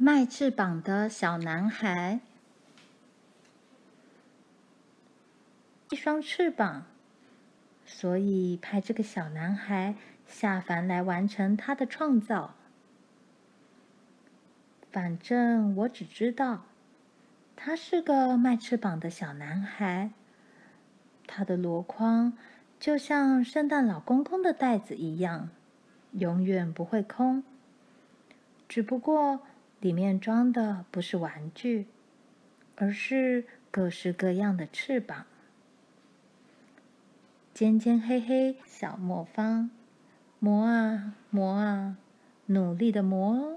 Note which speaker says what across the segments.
Speaker 1: 卖翅膀的小男孩，一双翅膀，所以派这个小男孩下凡来完成他的创造。反正我只知道，他是个卖翅膀的小男孩。他的箩筐就像圣诞老公公的袋子一样，永远不会空。只不过里面装的不是玩具，而是各式各样的翅膀。尖尖黑黑小磨坊，磨啊磨啊，努力的磨哦。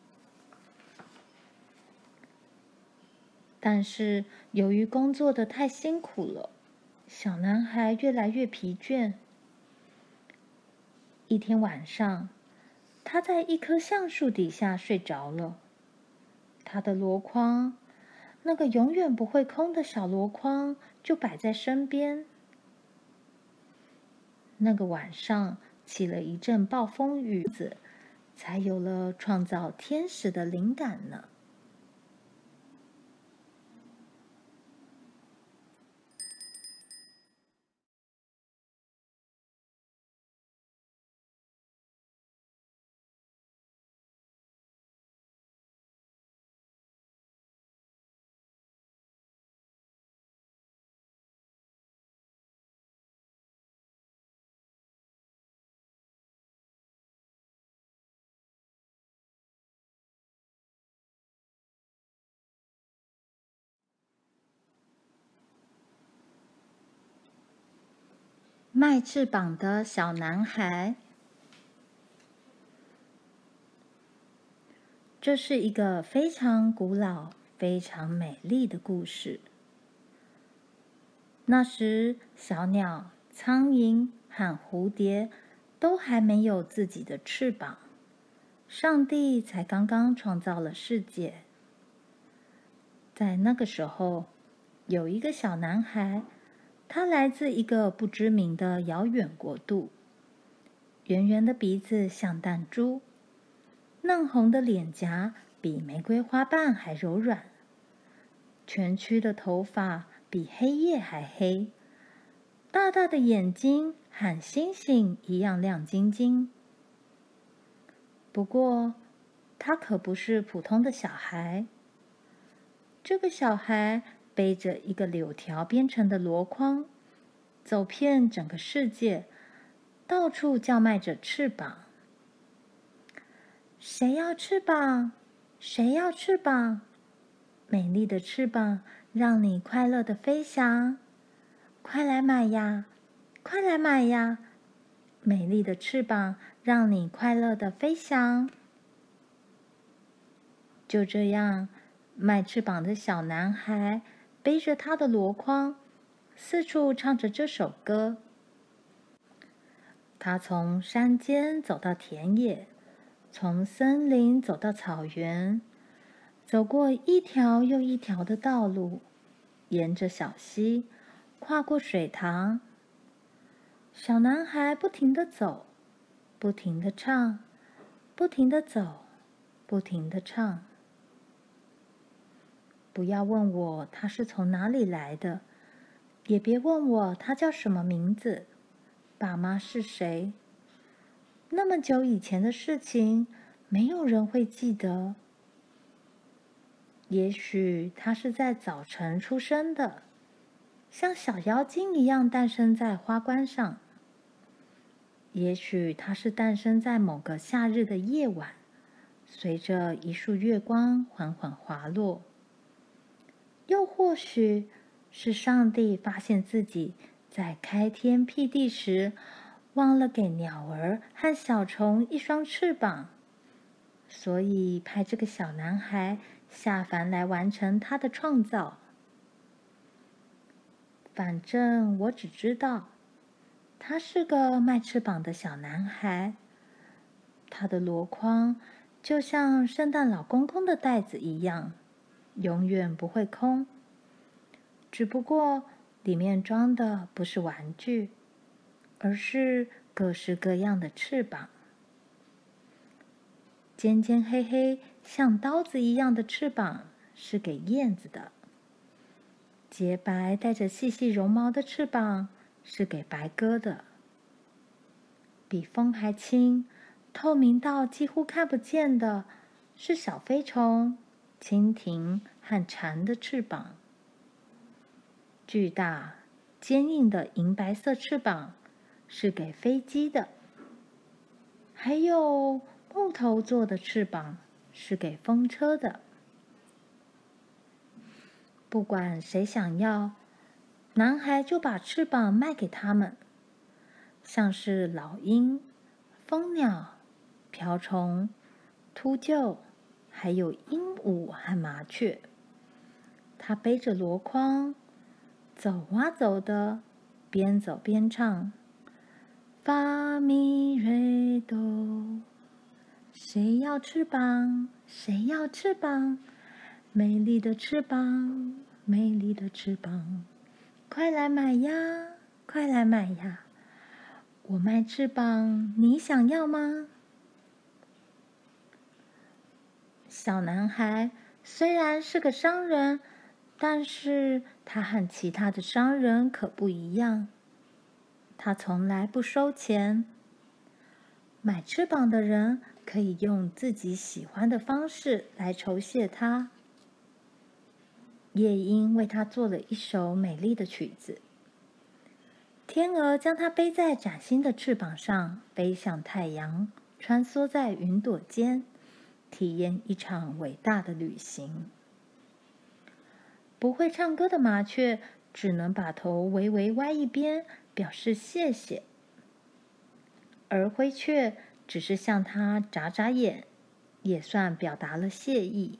Speaker 1: 但是由于工作的太辛苦了，小男孩越来越疲倦。一天晚上，他在一棵橡树底下睡着了。他的箩筐，那个永远不会空的小箩筐，就摆在身边。那个晚上起了一阵暴风雨，才有了创造天使的灵感呢。卖翅膀的小男孩，这是一个非常古老、非常美丽的故事。那时，小鸟、苍蝇和蝴蝶都还没有自己的翅膀，上帝才刚刚创造了世界。在那个时候，有一个小男孩，他来自一个不知名的遥远国度。圆圆的鼻子像弹珠，嫩红的脸颊比玫瑰花瓣还柔软，蜷曲的头发比黑夜还黑，大大的眼睛和星星一样亮晶晶。不过，他可不是普通的小孩。这个小孩背着一个柳条编成的箩筐，走遍整个世界，到处叫卖着翅膀。谁要翅膀？谁要翅膀？美丽的翅膀让你快乐的飞翔，快来买呀！快来买呀！美丽的翅膀让你快乐的飞翔。就这样，卖翅膀的小男孩背着他的箩筐，四处唱着这首歌。他从山间走到田野，从森林走到草原，走过一条又一条的道路，沿着小溪，跨过水塘。小男孩不停地走，不停地唱，不停地走，不停地唱。不要问我他是从哪里来的，也别问我他叫什么名字，爸妈是谁。那么久以前的事情，没有人会记得。也许他是在早晨出生的，像小妖精一样诞生在花冠上。也许他是诞生在某个夏日的夜晚，随着一束月光缓缓滑落。又或许是上帝发现自己在开天辟地时，忘了给鸟儿和小虫一双翅膀，所以派这个小男孩下凡来完成他的创造。反正我只知道，他是个卖翅膀的小男孩。他的箩筐就像圣诞老公公的袋子一样，永远不会空。只不过里面装的不是玩具，而是各式各样的翅膀。尖尖黑黑像刀子一样的翅膀是给燕子的，洁白带着细细绒毛的翅膀是给白鸽的。比风还轻，透明到几乎看不见的是小飞虫、蜻蜓和蝉的翅膀。巨大、坚硬的银白色翅膀是给飞机的，还有木头做的翅膀是给风车的。不管谁想要，男孩就把翅膀卖给他们，像是老鹰、蜂鸟、瓢虫、秃鹫，还有鹦鹉和麻雀。他背着箩筐，走啊走的，边走边唱：发咪瑞哆，谁要翅膀？谁要翅膀？美丽的翅膀，美丽的翅膀，快来买呀，快来买呀！我卖翅膀，你想要吗？小男孩虽然是个商人，但是他和其他的商人可不一样。他从来不收钱。买翅膀的人可以用自己喜欢的方式来酬谢他。夜莺为他做了一首美丽的曲子。天鹅将它背在崭新的翅膀上，飞向太阳，穿梭在云朵间，体验一场伟大的旅行。不会唱歌的麻雀只能把头微微歪一边，表示谢谢。而灰雀只是向它眨眨眼，也算表达了谢意。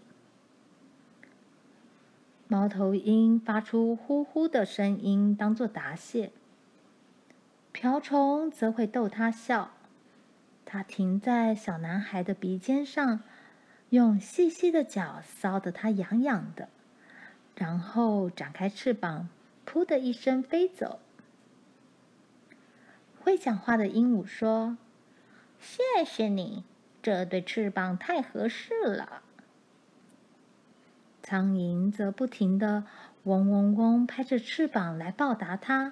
Speaker 1: 猫头鹰发出呼呼的声音，当作答谢。瓢虫则会逗它笑，它停在小男孩的鼻尖上，用细细的脚搔得它痒痒的，然后展开翅膀，噗的一声飞走。会讲话的鹦鹉说：“谢谢你，这对翅膀太合适了。”苍蝇则不停地嗡嗡嗡拍着翅膀来报答它。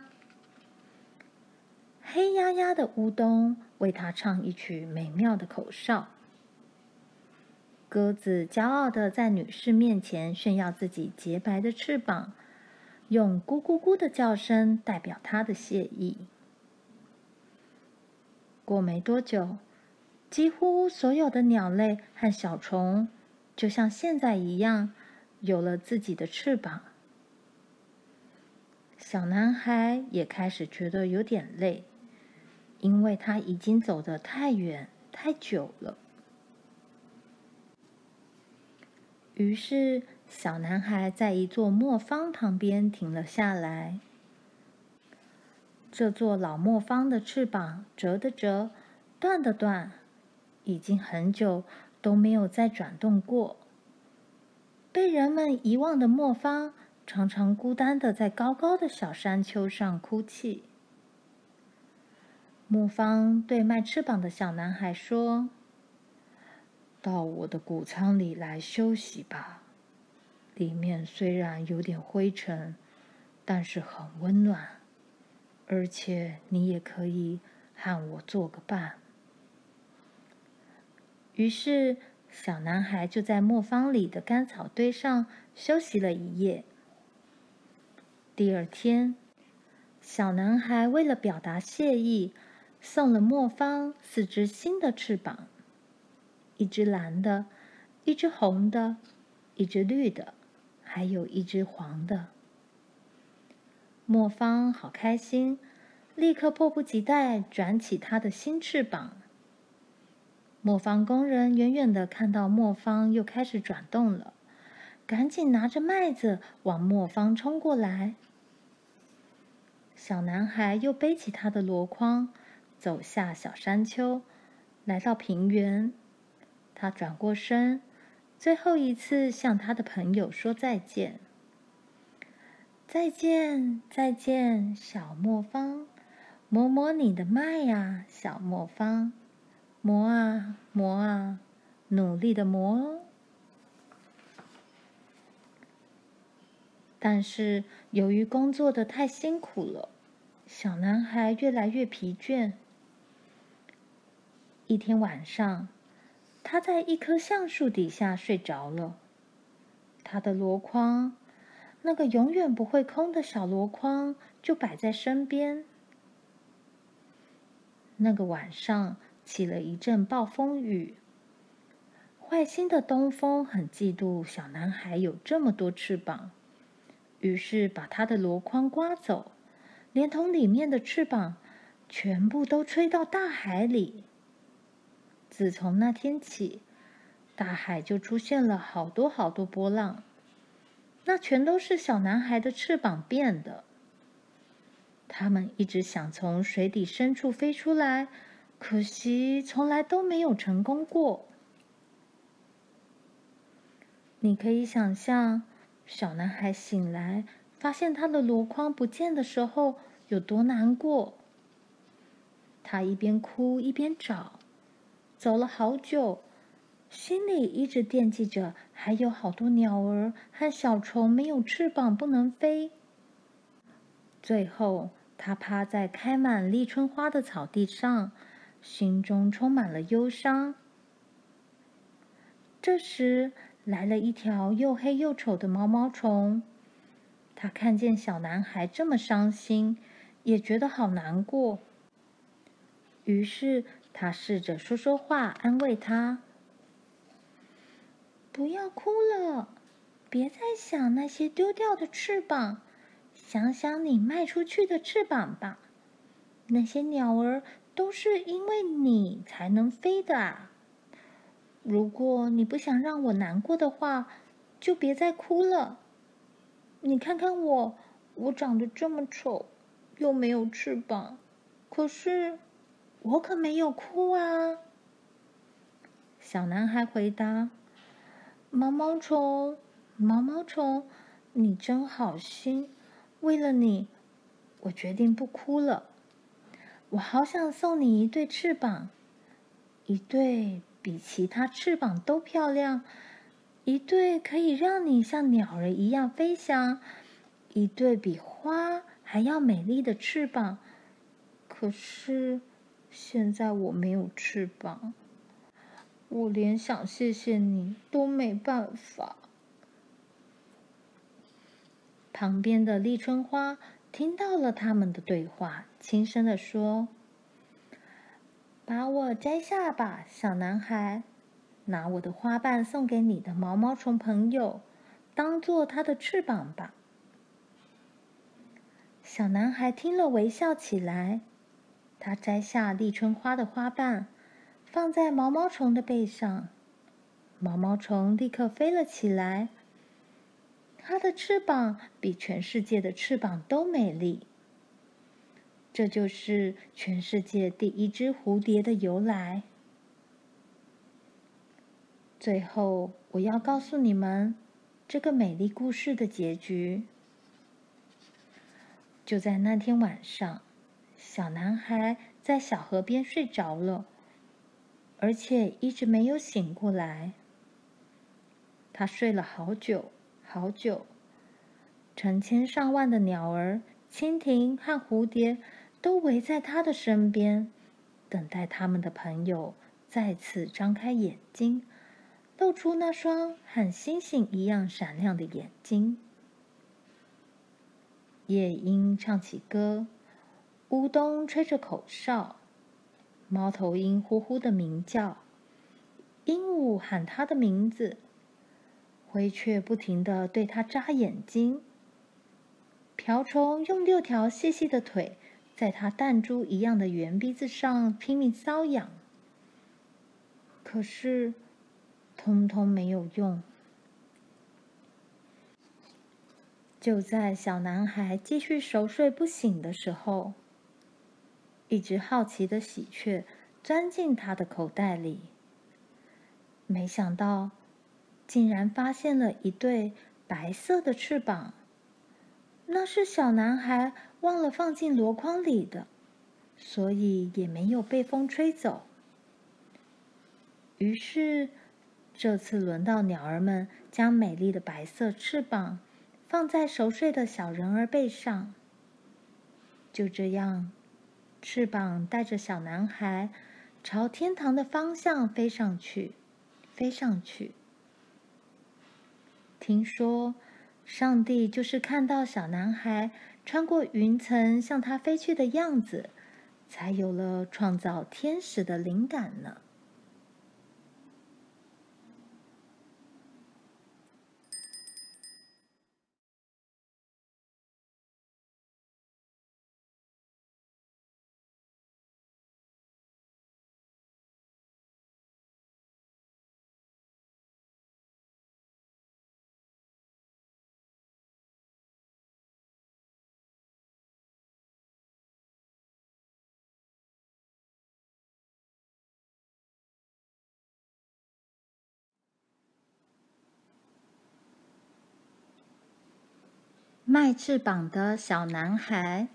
Speaker 1: 黑压压的乌冬为它唱一曲美妙的口哨。鸽子骄傲地在女士面前炫耀自己洁白的翅膀，用咕咕咕的叫声代表它的谢意。过没多久，几乎所有的鸟类和小虫，就像现在一样，有了自己的翅膀。小男孩也开始觉得有点累，因为他已经走得太远太久了。于是，小男孩在一座磨坊旁边停了下来。这座老磨坊的翅膀折的折，断的断，已经很久都没有再转动过。被人们遗忘的磨坊，常常孤单地在高高的小山丘上哭泣。磨坊对卖翅膀的小男孩说：“到我的谷仓里来休息吧，里面虽然有点灰尘，但是很温暖，而且你也可以和我做个伴。”于是，小男孩就在磨坊里的干草堆上休息了一夜。第二天，小男孩为了表达谢意，送了磨坊4只新的翅膀，一只蓝的，一只红的，一只绿的，还有一只黄的。磨坊好开心，立刻迫不及待转起他的新翅膀。磨坊工人远远地看到磨坊又开始转动了，赶紧拿着麦子往磨坊冲过来。小男孩又背起他的箩筐，走下小山丘，来到平原。他转过身，最后一次向他的朋友说再见。再见，再见，小磨坊，磨磨你的麦呀，小磨坊。磨啊磨啊，努力的磨哦。 但是由于工作的太辛苦了，小男孩越来越疲倦。一天晚上，他在一棵橡树底下睡着了。他的箩筐，那个永远不会空的小箩筐，就摆在身边。那个晚上起了一阵暴风雨。坏心的东风很嫉妒小男孩有这么多翅膀，于是把他的箩筐刮走，连同里面的翅膀全部都吹到大海里。自从那天起，大海就出现了好多好多波浪，那全都是小男孩的翅膀变的。他们一直想从水底深处飞出来，可惜从来都没有成功过。你可以想象，小男孩醒来，发现他的箩筐不见的时候有多难过。他一边哭一边找，走了好久，心里一直惦记着还有好多鸟儿和小虫没有翅膀不能飞。最后，他趴在开满立春花的草地上，心中充满了忧伤。这时，来了一条又黑又丑的毛毛虫。他看见小男孩这么伤心，也觉得好难过。于是，他试着说说话，安慰他：“不要哭了，别再想那些丢掉的翅膀，想想你卖出去的翅膀吧。那些鸟儿都是因为你才能飞的啊。如果你不想让我难过的话，就别再哭了。你看看我，我长得这么丑，又没有翅膀，可是我可没有哭啊。”小男孩回答：“毛毛虫，毛毛虫，你真好心。为了你，我决定不哭了。我好想送你一对翅膀，一对比其他翅膀都漂亮，一对可以让你像鸟儿一样飞翔，一对比花还要美丽的翅膀。可是现在我没有翅膀，我连想谢谢你都没办法。”旁边的立春花听到了他们的对话，轻声地说：“把我摘下吧，小男孩，拿我的花瓣送给你的毛毛虫朋友，当做它的翅膀吧。”小男孩听了微笑起来，他摘下立春花的花瓣，放在毛毛虫的背上，毛毛虫立刻飞了起来。它的翅膀比全世界的翅膀都美丽。这就是全世界第一只蝴蝶的由来。最后，我要告诉你们这个美丽故事的结局。就在那天晚上，小男孩在小河边睡着了，而且一直没有醒过来。他睡了好久好久，成千上万的鸟儿、蜻蜓和蝴蝶都围在他的身边，等待他们的朋友再次张开眼睛，露出那双和星星一样闪亮的眼睛。夜莺唱起歌，乌冬吹着口哨，猫头鹰呼呼的鸣叫，鹦鹉喊它的名字，灰雀不停地对它眨眼睛，瓢虫用6条细细的腿在它弹珠一样的圆鼻子上拼命搔痒。可是，通通没有用。就在小男孩继续熟睡不醒的时候，一只好奇的喜鹊钻进他的口袋里，没想到竟然发现了一对白色的翅膀。那是小男孩忘了放进箩筐里的，所以也没有被风吹走。于是，这次轮到鸟儿们将美丽的白色翅膀放在熟睡的小人儿背上。就这样，翅膀带着小男孩朝天堂的方向飞上去，飞上去。听说，上帝就是看到小男孩穿过云层向他飞去的样子，才有了创造天使的灵感呢。卖翅膀的小男孩。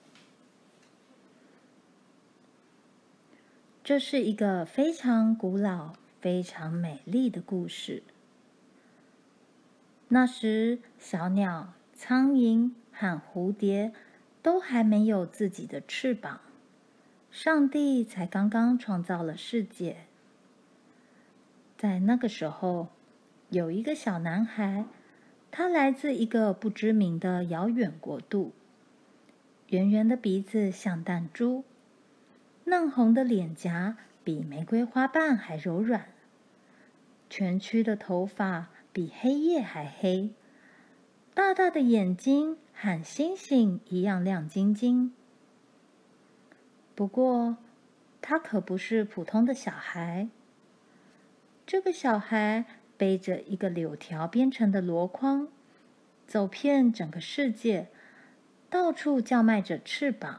Speaker 1: 这是一个非常古老、非常美丽的故事。那时，小鸟、苍蝇和蝴蝶都还没有自己的翅膀，上帝才刚刚创造了世界。在那个时候，有一个小男孩，他来自一个不知名的遥远国度。圆圆的鼻子像弹珠，嫩红的脸颊比玫瑰花瓣还柔软，蜷曲的头发比黑夜还黑，大大的眼睛和星星一样亮晶晶。不过，他可不是普通的小孩。这个小孩背着一个柳条编成的箩筐，走遍整个世界，到处叫卖着翅膀。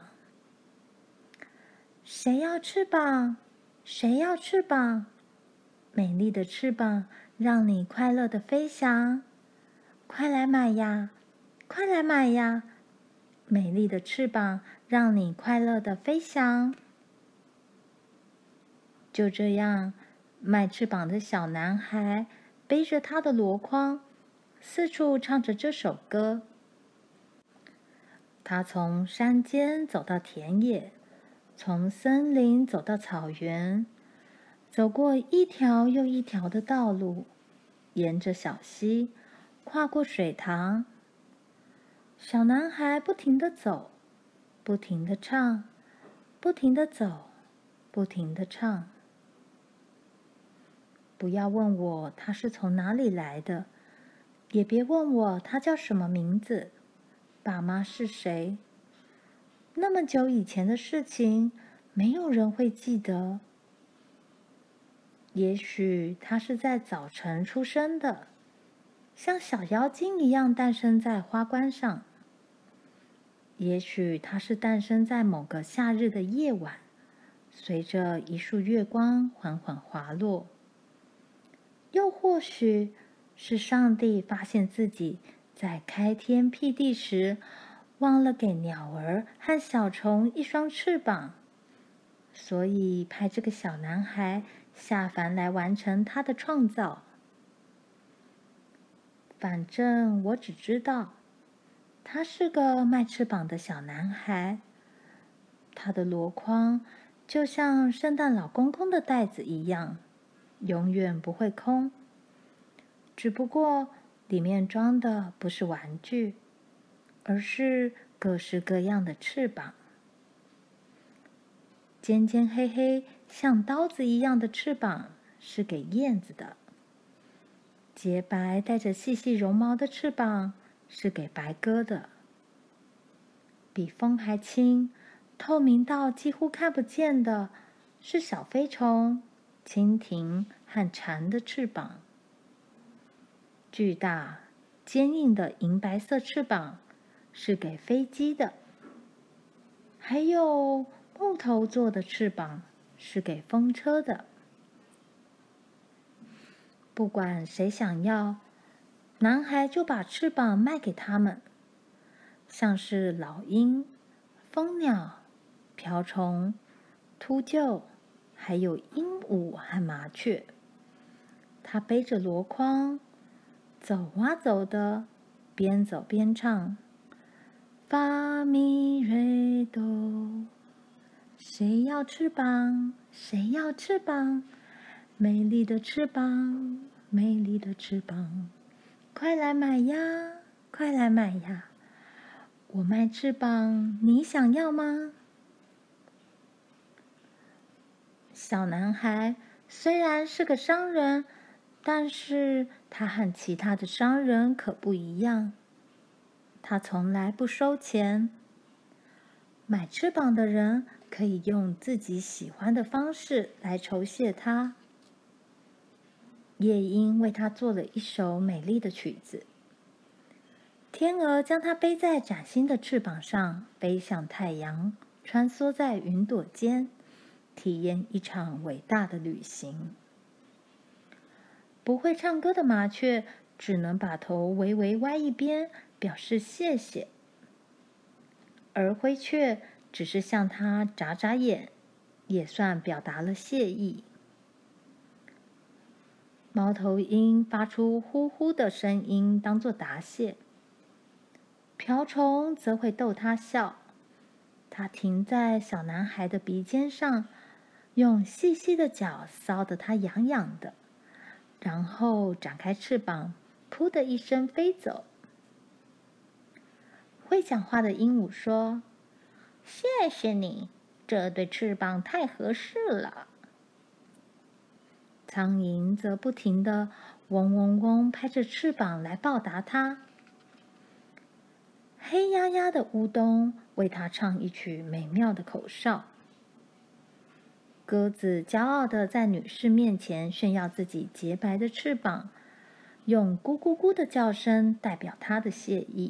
Speaker 1: 谁要翅膀？谁要翅膀？美丽的翅膀，让你快乐的飞翔。快来买呀！快来买呀！美丽的翅膀，让你快乐的飞翔。就这样，卖翅膀的小男孩背着他的箩筐，四处唱着这首歌。他从山间走到田野，从森林走到草原，走过一条又一条的道路，沿着小溪，跨过水塘。小男孩不停地走，不停地唱，不停地走，不停地唱。不要问我他是从哪里来的，也别问我他叫什么名字，爸妈是谁。那么久以前的事情，没有人会记得。也许他是在早晨出生的，像小妖精一样诞生在花冠上。也许他是诞生在某个夏日的夜晚，随着一束月光缓缓滑落。又或许是上帝发现自己在开天辟地时，忘了给鸟儿和小虫一双翅膀，所以派这个小男孩下凡来完成他的创造。反正我只知道，他是个卖翅膀的小男孩。他的箩筐就像圣诞老公公的袋子一样，永远不会空。只不过里面装的不是玩具，而是各式各样的翅膀。尖尖黑黑像刀子一样的翅膀是给燕子的，洁白带着细细绒毛的翅膀是给白鸽的。比风还轻，透明到几乎看不见的是小飞虫、蜻蜓和蝉的翅膀。巨大、坚硬的银白色翅膀是给飞机的，还有木头做的翅膀是给风车的。不管谁想要，男孩就把翅膀卖给他们，像是老鹰、蜂鸟、瓢虫、秃鹫，还有鹦鹉和麻雀。他背着箩筐，走啊走的， 边走边唱：发咪瑞哆，谁要翅膀？谁要翅膀？美丽的翅膀，美丽的翅膀，快来买呀，快来买呀！我卖翅膀，你想要吗？小男孩虽然是个商人，但是他和其他的商人可不一样。他从来不收钱。买翅膀的人可以用自己喜欢的方式来酬谢他。夜莺为他做了一首美丽的曲子。天鹅将它背在崭新的翅膀上，飞向太阳，穿梭在云朵间，体验一场伟大的旅行。不会唱歌的麻雀只能把头微微歪一边，表示谢谢。而灰雀只是向它眨眨眼，也算表达了谢意。猫头鹰发出呼呼的声音，当作答谢。瓢虫则会逗它笑，它停在小男孩的鼻尖上，用细细的脚搔得它痒痒的，然后展开翅膀，噗的一声飞走。会讲话的鹦鹉说：“谢谢你，这对翅膀太合适了。”苍蝇则不停地嗡嗡嗡拍着翅膀来报答它。黑压压的乌冬为它唱一曲美妙的口哨。鸽子骄傲地在女士面前炫耀自己洁白的翅膀，用咕咕咕的叫声代表它的谢意。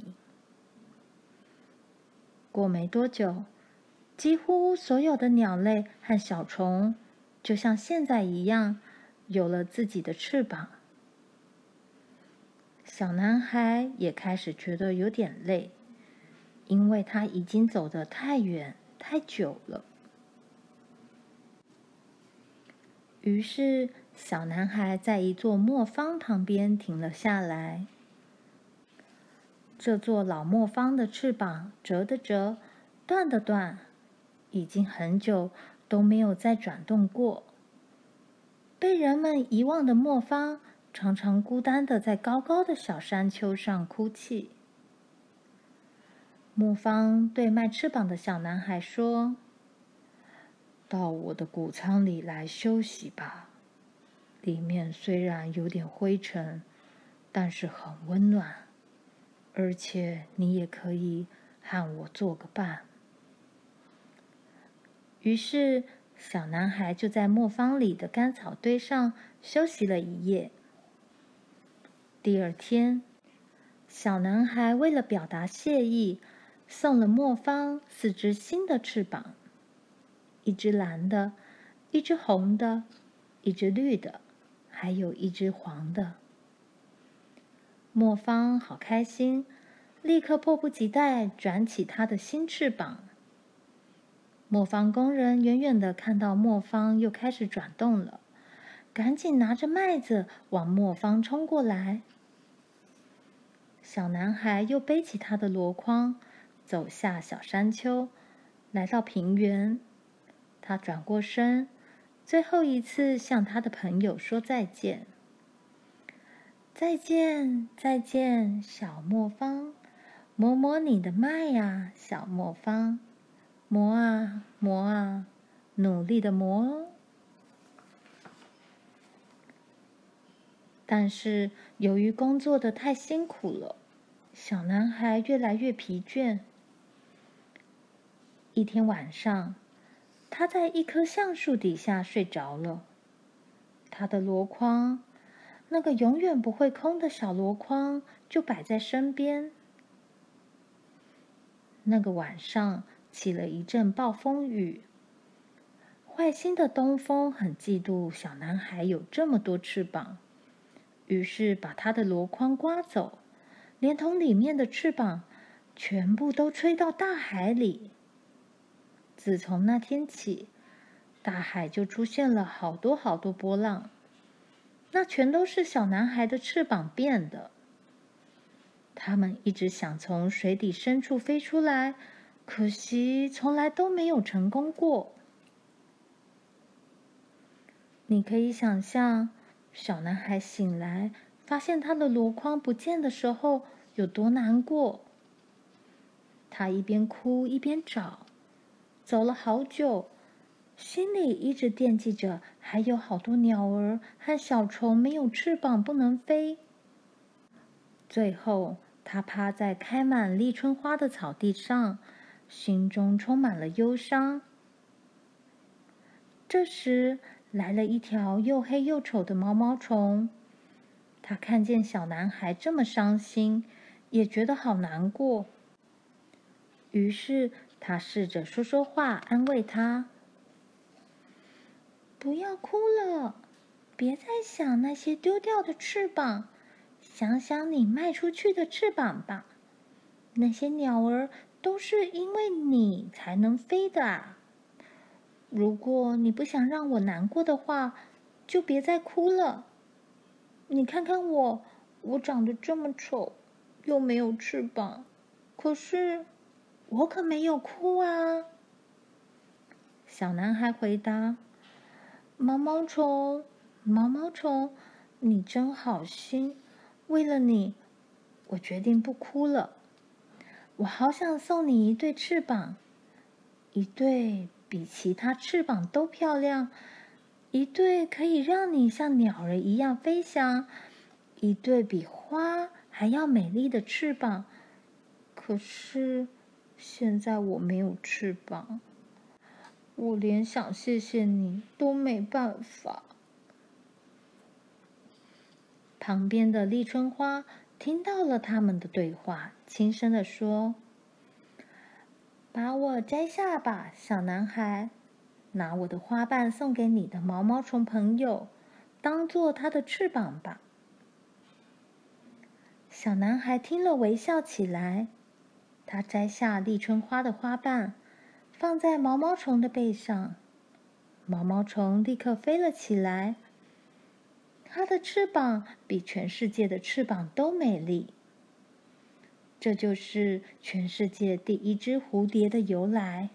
Speaker 1: 过没多久，几乎所有的鸟类和小虫，就像现在一样，有了自己的翅膀。小男孩也开始觉得有点累，因为他已经走得太远太久了。于是，小男孩在一座磨坊旁边停了下来。这座老磨坊的翅膀折的折，断的断，已经很久都没有再转动过。被人们遗忘的磨坊，常常孤单地在高高的小山丘上哭泣。磨坊对卖翅膀的小男孩说：“到我的谷仓里来休息吧，里面虽然有点灰尘，但是很温暖，而且你也可以和我做个伴。”于是，小男孩就在磨坊里的干草堆上休息了一夜。第二天，小男孩为了表达谢意，送了磨坊4只新的翅膀，一只蓝的，一只红的，一只绿的，还有一只黄的。磨坊好开心，立刻迫不及待转起他的新翅膀。磨坊工人远远地看到磨坊又开始转动了，赶紧拿着麦子往磨坊冲过来。小男孩又背起他的箩筐，走下小山丘，来到平原。他转过身，最后一次向他的朋友说再见。再见，再见，小磨坊，磨磨你的麦呀，小磨坊，磨啊磨啊，努力的磨哦。但是由于工作得太辛苦了，小男孩越来越疲倦。一天晚上，他在一棵橡树底下睡着了。他的箩筐，那个永远不会空的小箩筐，就摆在身边。那个晚上起了一阵暴风雨。坏心的东风很嫉妒小男孩有这么多翅膀，于是把他的箩筐刮走，连同里面的翅膀全部都吹到大海里。自从那天起，大海就出现了好多好多波浪，那全都是小男孩的翅膀变的。 他们一直想从水底深处飞出来，可惜从来都没有成功过。你可以想象，小男孩醒来，发现他的箩筐不见的时候有多难过。他一边哭一边找，走了好久，心里一直惦记着还有好多鸟儿和小虫没有翅膀不能飞。最后，他趴在开满立春花的草地上，心中充满了忧伤。这时，来了一条又黑又丑的毛毛虫。他看见小男孩这么伤心，也觉得好难过。于是，他试着说说话，安慰他：“不要哭了，别再想那些丢掉的翅膀，想想你卖出去的翅膀吧。那些鸟儿都是因为你才能飞的啊。如果你不想让我难过的话，就别再哭了。你看看我，我长得这么丑，又没有翅膀，可是我可没有哭啊。”小男孩回答：“毛毛虫，毛毛虫，你真好心。为了你，我决定不哭了。我好想送你一对翅膀，一对比其他翅膀都漂亮，一对可以让你像鸟儿一样飞翔，一对比花还要美丽的翅膀。可是现在我没有翅膀，我连想谢谢你都没办法。”旁边的立春花听到了他们的对话，轻声地说：“把我摘下吧，小男孩，拿我的花瓣送给你的毛毛虫朋友，当做它的翅膀吧。”小男孩听了微笑起来，他摘下立春花的花瓣，放在毛毛虫的背上，毛毛虫立刻飞了起来。它的翅膀比全世界的翅膀都美丽。这就是全世界第一只蝴蝶的由来。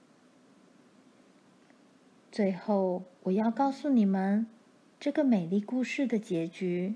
Speaker 1: 最后，我要告诉你们这个美丽故事的结局。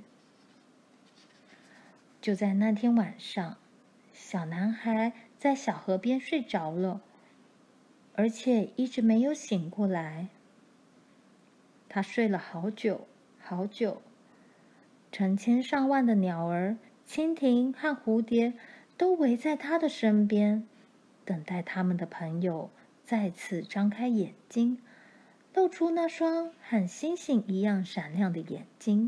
Speaker 1: 就在那天晚上，小男孩在小河边睡着了，而且一直没有醒过来。他睡了好久好久，成千上万的鸟儿、蜻蜓和蝴蝶都围在他的身边，等待他们的朋友再次张开眼睛，露出那双和星星一样闪亮的眼睛。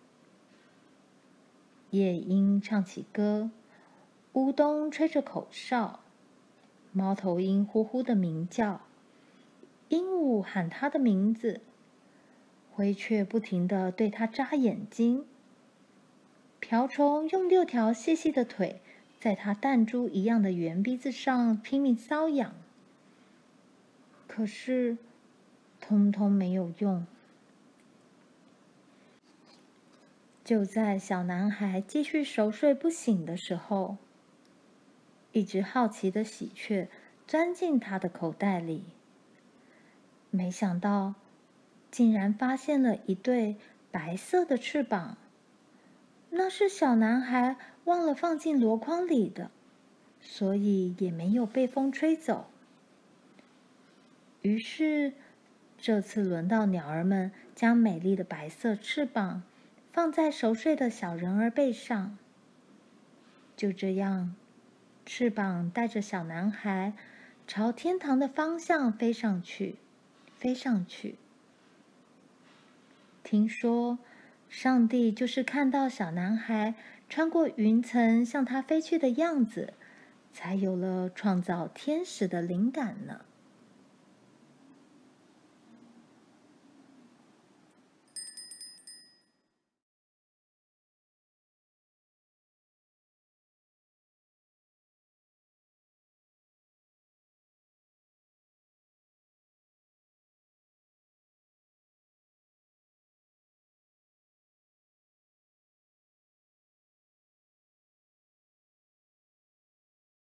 Speaker 1: 夜莺唱起歌，乌冬吹着口哨，猫头鹰呼呼的鸣叫，鹦鹉喊它的名字，灰雀不停地对它眨眼睛，瓢虫用6条细细的腿在它弹珠一样的圆鼻子上拼命搔痒。可是，通通没有用。就在小男孩继续熟睡不醒的时候，一只好奇的喜鹊钻进他的口袋里，没想到竟然发现了一对白色的翅膀。那是小男孩忘了放进箩筐里的，所以也没有被风吹走。于是，这次轮到鸟儿们将美丽的白色翅膀放在熟睡的小人儿背上。就这样，翅膀带着小男孩朝天堂的方向飞上去，飞上去。听说，上帝就是看到小男孩穿过云层向他飞去的样子，才有了创造天使的灵感呢。